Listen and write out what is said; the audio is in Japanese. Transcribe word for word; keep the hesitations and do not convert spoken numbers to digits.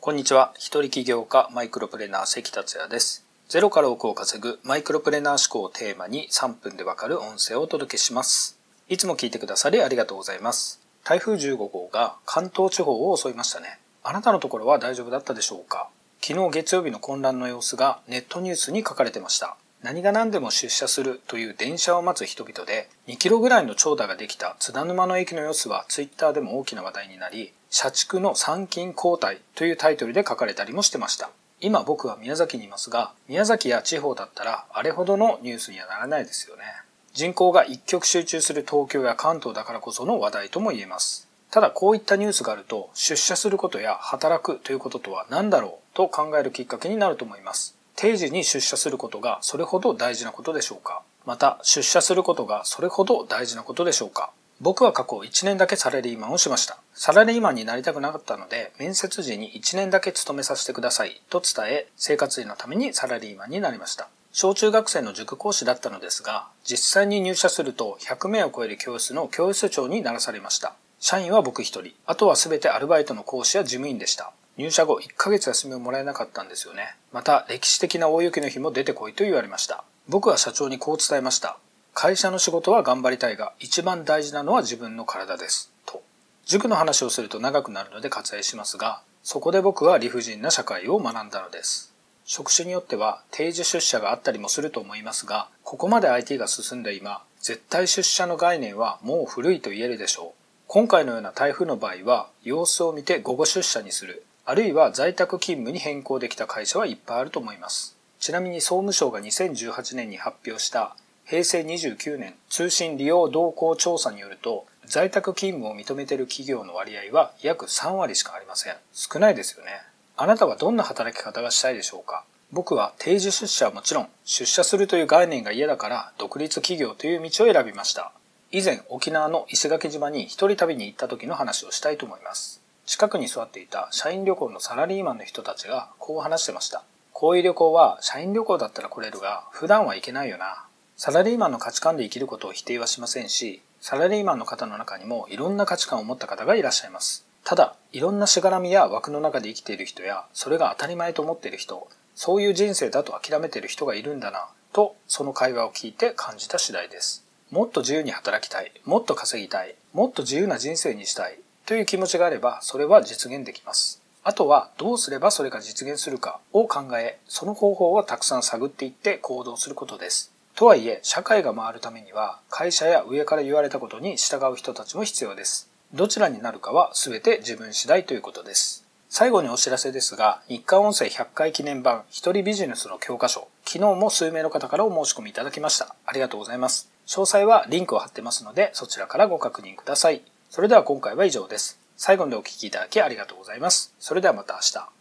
こんにちは。一人起業家マイクロプレーナー関達也です。ゼロから億を稼ぐマイクロプレーナー思考をテーマにさんぷんでわかる音声をお届けします。いつも聞いてくださりありがとうございます。台風じゅうごごうが関東地方を襲いましたね。あなたのところは大丈夫だったでしょうか？昨日月曜日の混乱の様子がネットニュースに書かれてました。何が何でも出社するという電車を待つ人々でにキロぐらいの長蛇ができた津田沼の駅の様子はツイッターでも大きな話題になり、社畜の参勤交代というタイトルで書かれたりもしてました。今僕は宮崎にいますが、宮崎や地方だったらあれほどのニュースにはならないですよね。人口が一極集中する東京や関東だからこその話題とも言えます。ただこういったニュースがあると、出社することや働くということとは何だろうと考えるきっかけになると思います。定時に出社することがそれほど大事なことでしょうか？また出社することがそれほど大事なことでしょうか？僕は過去いちねんだけサラリーマンをしました。サラリーマンになりたくなかったので、面接時にいちねんだけ勤めさせてくださいと伝え、生活費のためにサラリーマンになりました。小中学生の塾講師だったのですが、実際に入社するとひゃくめいを超える教室の教室長にならされました。社員は僕一人、あとは全てアルバイトの講師や事務員でした。入社後いっかげつ休みをもらえなかったんですよね。また歴史的な大雪の日も出てこいと言われました。僕は社長にこう伝えました。会社の仕事は頑張りたいが、一番大事なのは自分の体です。と。塾の話をすると長くなるので割愛しますが、そこで僕は理不尽な社会を学んだのです。職種によっては定時出社があったりもすると思いますが、ここまで アイティー が進んだ今、絶対出社の概念はもう古いと言えるでしょう。今回のような台風の場合は、様子を見て午後出社にする。あるいは在宅勤務に変更できた会社はいっぱいあると思います。ちなみに総務省がにせんじゅうはちねんに発表したへいせいにじゅうきゅうねん通信利用動向調査によると、在宅勤務を認めている企業の割合は約さんわりしかありません。少ないですよね。あなたはどんな働き方がしたいでしょうか？僕は定時出社はもちろん、出社するという概念が嫌だから独立企業という道を選びました。以前沖縄の石垣島に一人旅に行った時の話をしたいと思います。近くに座っていた社員旅行のサラリーマンの人たちがこう話してました。こういう旅行は社員旅行だったら来れるが、普段は行けないよな。サラリーマンの価値観で生きることを否定はしませんし、サラリーマンの方の中にもいろんな価値観を持った方がいらっしゃいます。ただ、いろんなしがらみや枠の中で生きている人や、それが当たり前と思っている人、そういう人生だと諦めている人がいるんだな、とその会話を聞いて感じた次第です。もっと自由に働きたい、もっと稼ぎたい、もっと自由な人生にしたいという気持ちがあれば、それは実現できます。あとはどうすればそれが実現するかを考え、その方法をたくさん探っていって行動することです。とはいえ、社会が回るためには、会社や上から言われたことに従う人たちも必要です。どちらになるかは全て自分次第ということです。最後にお知らせですが、日刊音声ひゃっかい記念版一人ビジネスの教科書、昨日も数名の方からお申し込みいただきました。ありがとうございます。詳細はリンクを貼ってますので、そちらからご確認ください。それでは今回は以上です。最後までお聞きいただきありがとうございます。それではまた明日。